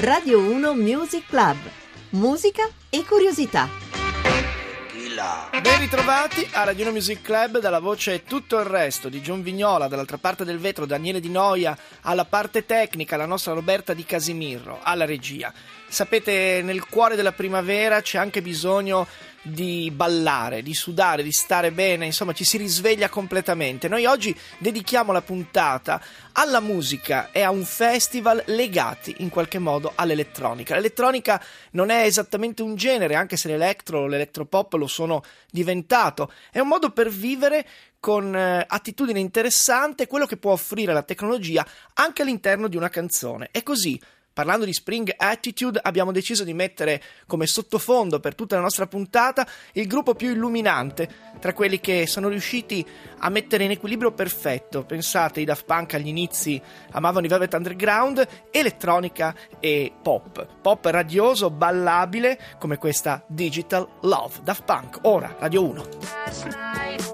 Radio 1 Music Club. Musica e curiosità. Ben ritrovati a Radio 1 Music Club, dalla voce Tutto il resto di John Vignola, dall'altra parte del vetro Daniele Di Noia, alla parte tecnica la nostra Roberta Di Casimirro, alla regia. Sapete, nel cuore della primavera c'è anche bisogno di ballare, di sudare, di stare bene, insomma ci si risveglia completamente. Noi oggi dedichiamo la puntata alla musica e a un festival legati in qualche modo all'elettronica. L'elettronica non è esattamente un genere, anche se l'electro o l'elettropop lo sono diventato. È un modo per vivere con attitudine interessante quello che può offrire la tecnologia anche all'interno di una canzone. E così, parlando di Spring Attitude, abbiamo deciso di mettere come sottofondo per tutta la nostra puntata il gruppo più illuminante tra quelli che sono riusciti a mettere in equilibrio perfetto. Pensate, i Daft Punk agli inizi amavano i Velvet Underground, elettronica e pop radioso, ballabile, come questa Digital Love. Daft Punk, ora Radio 1.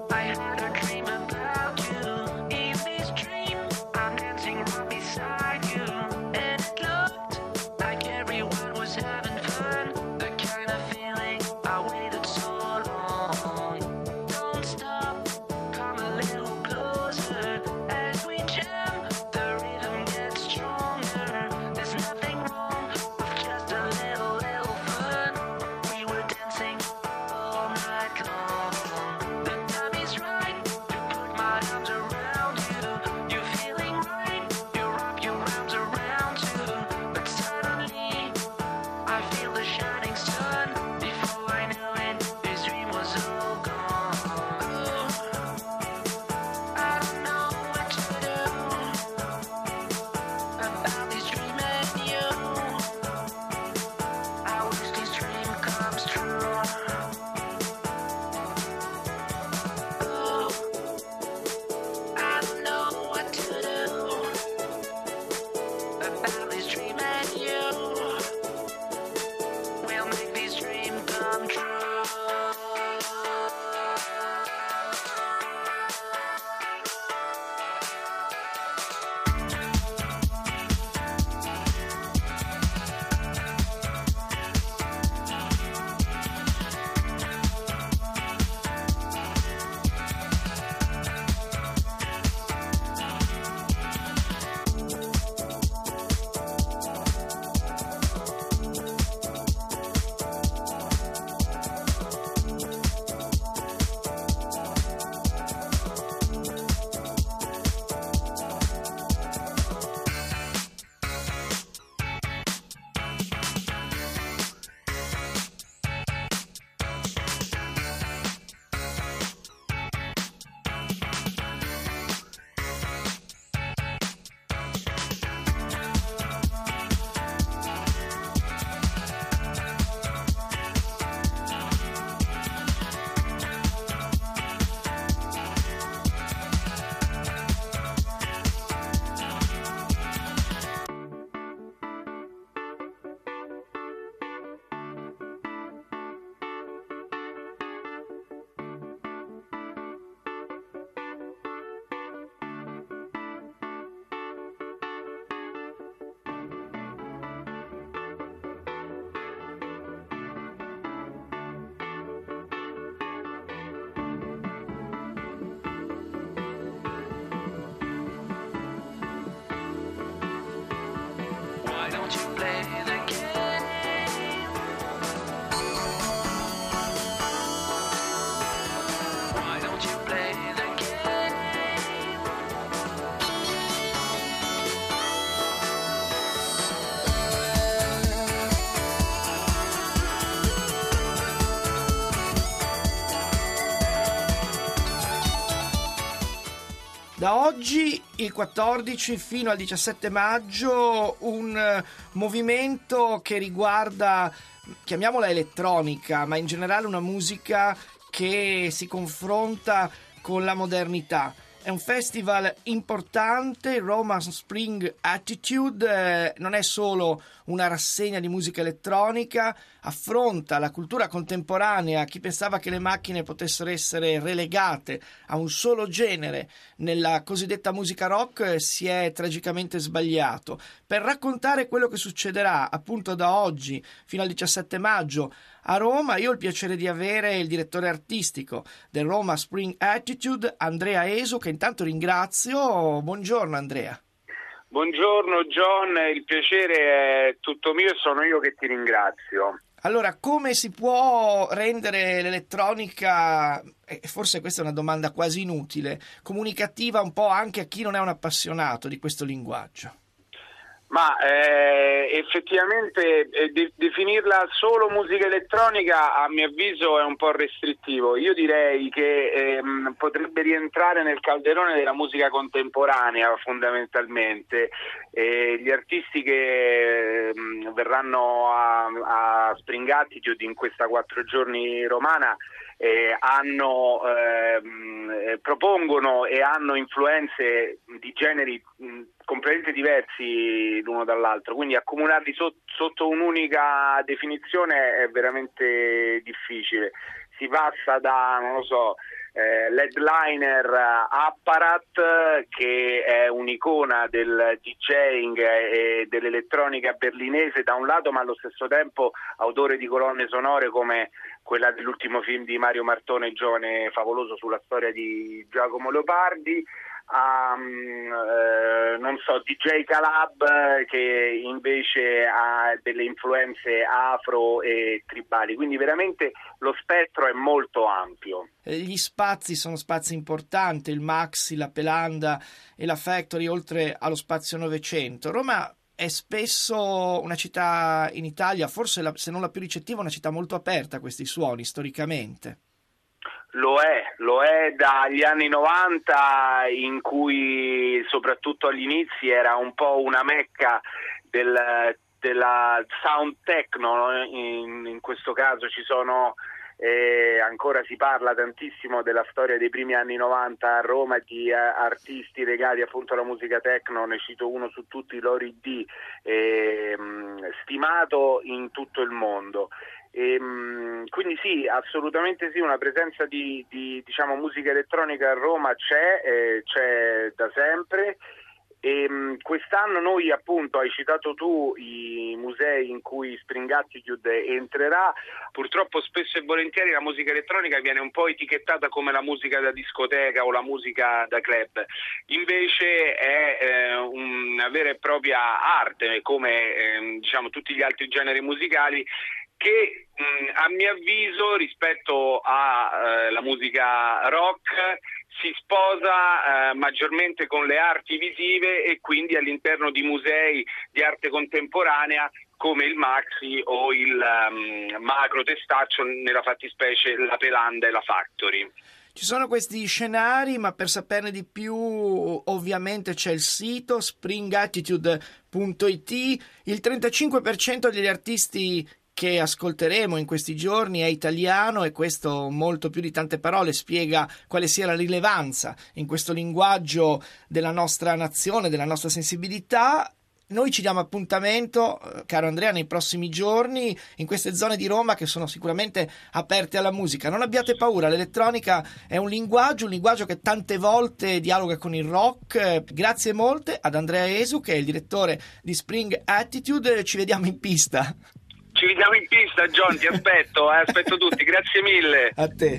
Da oggi, il 14 fino al 17 maggio, un movimento che riguarda, chiamiamola elettronica, ma in generale una musica che si confronta con la modernità. È un festival importante, Roma Spring Attitude, non è solo una rassegna di musica elettronica, affronta la cultura contemporanea. Chi pensava che le macchine potessero essere relegate a un solo genere nella cosiddetta musica rock si è tragicamente sbagliato. Per raccontare quello che succederà appunto da oggi fino al 17 maggio a Roma, io ho il piacere di avere il direttore artistico del Roma Spring Attitude, Andrea Esu, che intanto ringrazio. Buongiorno Andrea. Buongiorno John, il piacere è tutto mio e sono io che ti ringrazio. Allora, come si può rendere l'elettronica, e forse questa è una domanda quasi inutile, comunicativa un po' anche a chi non è un appassionato di questo linguaggio? Ma effettivamente definirla solo musica elettronica a mio avviso è un po' restrittivo. Io direi che potrebbe rientrare nel calderone della musica contemporanea fondamentalmente. Gli artisti che verranno a Spring Attitude in questa 4 giorni romana propongono e hanno influenze di generi completamente diversi l'uno dall'altro, quindi accomunarli sotto un'unica definizione è veramente difficile. Si passa da, non lo so, l'headliner Apparat, che è un'icona del DJing e dell'elettronica berlinese da un lato, ma allo stesso tempo autore di colonne sonore come quella dell'ultimo film di Mario Martone, Giovane favoloso, sulla storia di Giacomo Leopardi, non so, DJ Calab, che invece ha delle influenze afro e tribali, quindi veramente lo spettro è molto ampio. Gli spazi sono spazi importanti, il Maxi, la Pelanda e la Factory, oltre allo spazio 900. Roma è spesso una città in Italia, forse se non la più ricettiva, una città molto aperta a questi suoni storicamente. Lo è dagli anni 90, in cui soprattutto agli inizi era un po' una mecca della sound techno, no? In questo caso ci sono ancora si parla tantissimo della storia dei primi anni 90 a Roma, di artisti legati appunto alla musica techno. Ne cito uno su tutti, Lori D, stimato in tutto il mondo. Quindi sì, assolutamente sì, una presenza di diciamo musica elettronica a Roma c'è da sempre. Quest'anno noi, appunto, hai citato tu i musei in cui Spring Attitude entrerà. Purtroppo spesso e volentieri la musica elettronica viene un po' etichettata come la musica da discoteca o la musica da club, invece è una vera e propria arte, come diciamo tutti gli altri generi musicali, che a mio avviso rispetto alla musica rock si sposa maggiormente con le arti visive, e quindi all'interno di musei di arte contemporanea come il Maxi o il Macro Testaccio, nella fattispecie la Pelanda e la Factory. Ci sono questi scenari, ma per saperne di più ovviamente c'è il sito springattitude.it. Il 35% degli artisti che ascolteremo in questi giorni è italiano, e questo, molto più di tante parole, spiega quale sia la rilevanza in questo linguaggio della nostra nazione, della nostra sensibilità. Noi ci diamo appuntamento, caro Andrea, nei prossimi giorni in queste zone di Roma che sono sicuramente aperte alla musica. Non abbiate paura, l'elettronica è un linguaggio che tante volte dialoga con il rock. Grazie molte ad Andrea Esu, che è il direttore di Spring Attitude. Ci vediamo in pista. Ci vediamo in pista, John, ti aspetto tutti, grazie mille. A te.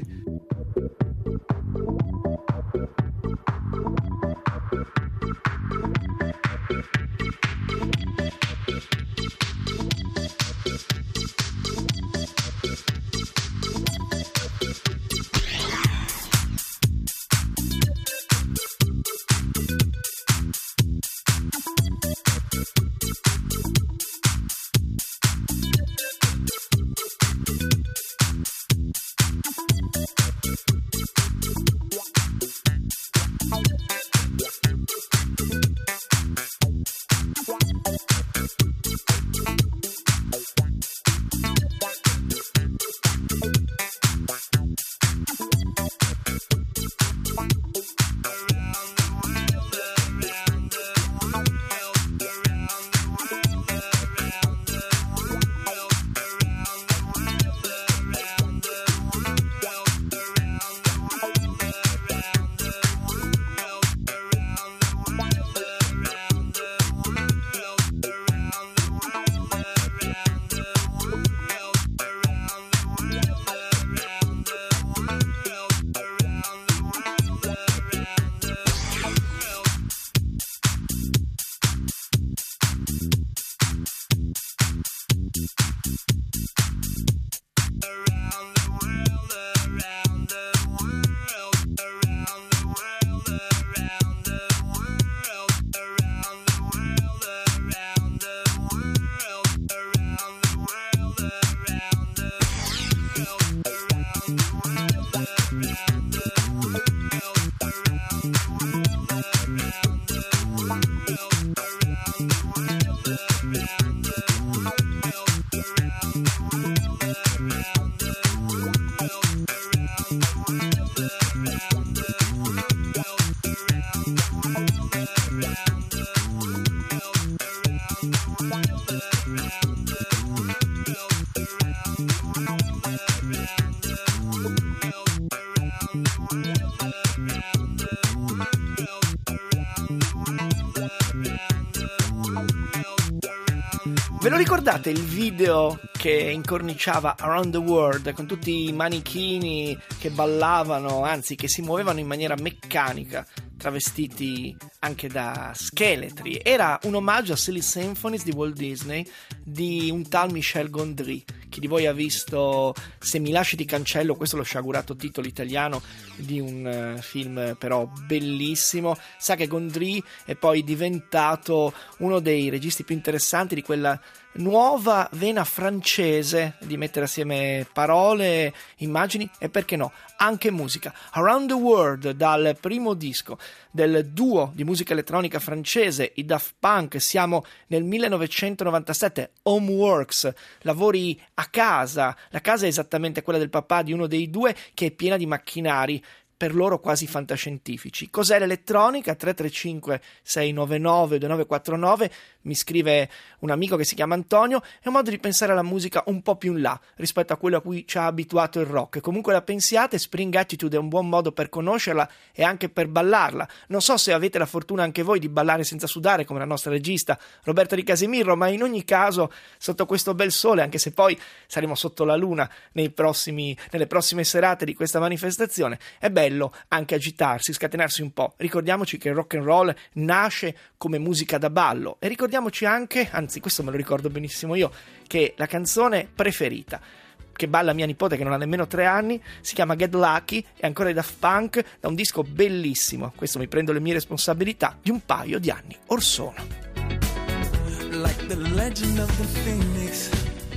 lo ricordate il video che incorniciava Around the World con tutti i manichini che ballavano, anzi che si muovevano in maniera meccanica, travestiti anche da scheletri? Era un omaggio a Silly Symphonies di Walt Disney di un tal Michel Gondry. Chi di voi ha visto Se mi lasci ti cancello, questo è lo sciagurato titolo italiano di un film però bellissimo, sa che Gondry è poi diventato uno dei registi più interessanti di quella nuova vena francese di mettere assieme parole, immagini e, perché no, anche musica. Around the World, dal primo disco del duo di musica elettronica francese, i Daft Punk. Siamo nel 1997, Homeworks, lavori a casa. La casa è esattamente quella del papà di uno dei due, che è piena di macchinari, per loro quasi fantascientifici. Cos'è l'elettronica? 335 699 2949, mi scrive un amico che si chiama Antonio. È un modo di pensare alla musica un po' più in là rispetto a quello a cui ci ha abituato il rock. Comunque la pensiate, Spring Attitude è un buon modo per conoscerla e anche per ballarla. Non so se avete la fortuna anche voi di ballare senza sudare come la nostra regista Roberta Di Casemirro, ma in ogni caso sotto questo bel sole, anche se poi saremo sotto la luna nelle prossime serate di questa manifestazione, è bello anche agitarsi, scatenarsi un po'. Ricordiamoci che il rock and roll nasce come musica da ballo, e ricordiamoci anche, anzi questo me lo ricordo benissimo io, che la canzone preferita che balla mia nipote, che non ha nemmeno 3 anni, si chiama Get Lucky, è ancora di Daft Punk, da un disco bellissimo, questo mi prendo le mie responsabilità, di un paio di anni or sono. Like the legend of the phoenix,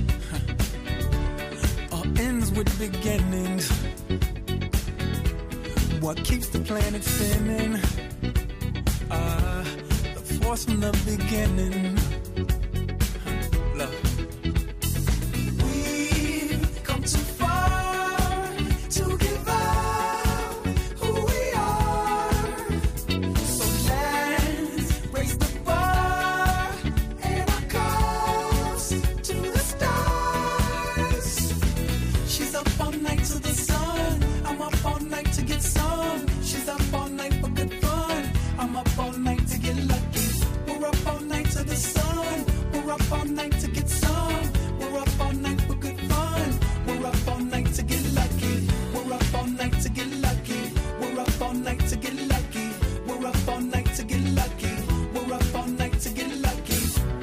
all ends with beginnings. What keeps the planet spinning? The force from the beginning. Love. We've come too far to give up who we are. So let's raise the bar and our cups to the stars. She's up all night to the sun. I'm up all night to get some. She's up all night for good fun. I'm up all night to get lucky. We're up all night to the sun. We're up all night to get some. We're up all night for good fun. We're up all night to get lucky. We're up all night to get lucky. We're up all night to get lucky. We're up all night to get lucky. We're up all night to get lucky.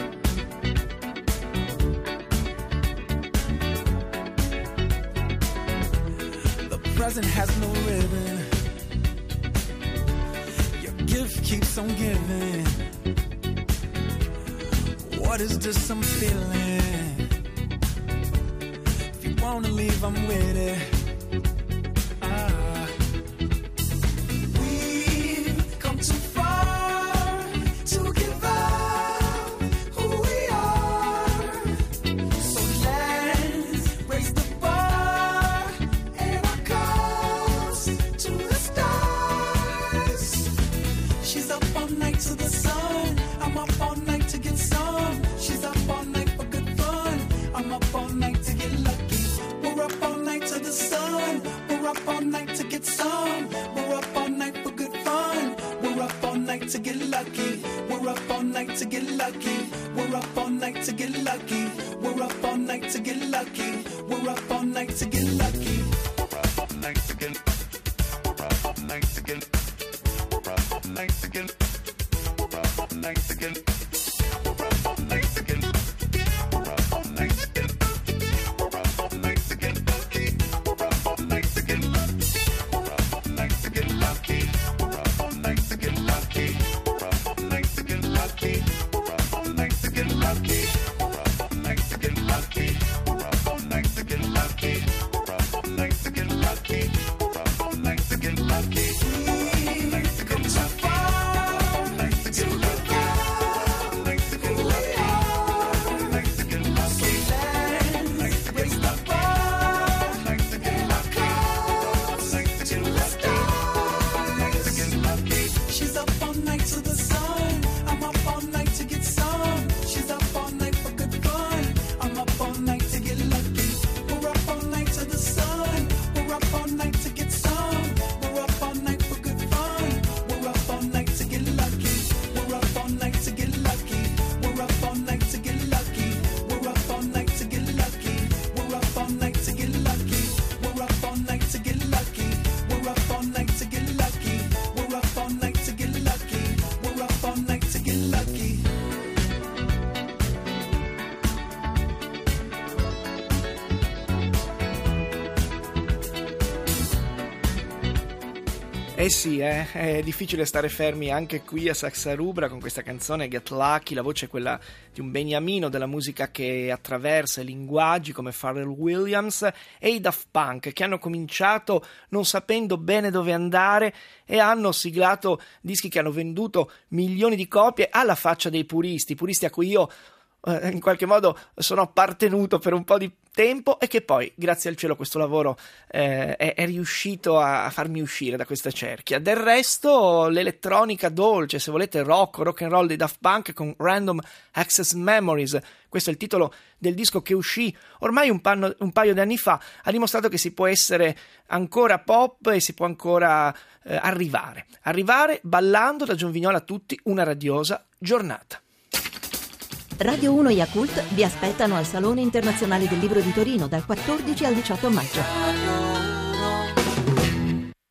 The present has no ribbon. Your gift keeps on giving. What is this I'm feeling? If you wanna leave, I'm with it. We've come too far to give up who we are. So let's raise the bar and our cups to the stars. She's up all night to the sun. I'm up all night to get some. She's up all night for good fun. I'm up all night to get lucky. We're up all night to the sun. We're up all night to get some. We're up all night for good fun. We're up all night to get lucky. We're up all night to get lucky. We're up all night to get lucky. We're up all night to get lucky. We're up all night to get lucky. We're up all night to get. We're up all night to get. We're up all night to get. We're up all night to get. We're up all night to get. We're up all night to get. We're up all night to get lucky. We're up all night to get lucky. We're up all night to get lucky. We're up all night to get lucky. We're up all night to get lucky. We're up all night to get lucky. We're up all night to get lucky. We're up night to get lucky. We're up all night to get lucky. We're up all night to get lucky. We're up all night to get lucky. Eh sì, è difficile stare fermi anche qui a Saxa Rubra con questa canzone Get Lucky. La voce è quella di un beniamino della musica che attraversa i linguaggi come Pharrell Williams e i Daft Punk, che hanno cominciato non sapendo bene dove andare e hanno siglato dischi che hanno venduto milioni di copie alla faccia dei puristi a cui io in qualche modo sono appartenuto per un po' di tempo e che poi, grazie al cielo, questo lavoro è riuscito a farmi uscire da questa cerchia. Del resto, l'elettronica dolce, se volete rock and roll dei Daft Punk con Random Access Memories, questo è il titolo del disco che uscì ormai un paio di anni fa, ha dimostrato che si può essere ancora pop e si può ancora arrivare ballando da John Vignola a tutti. Una radiosa giornata. Radio 1 e Yakult vi aspettano al Salone Internazionale del Libro di Torino dal 14 al 18 maggio.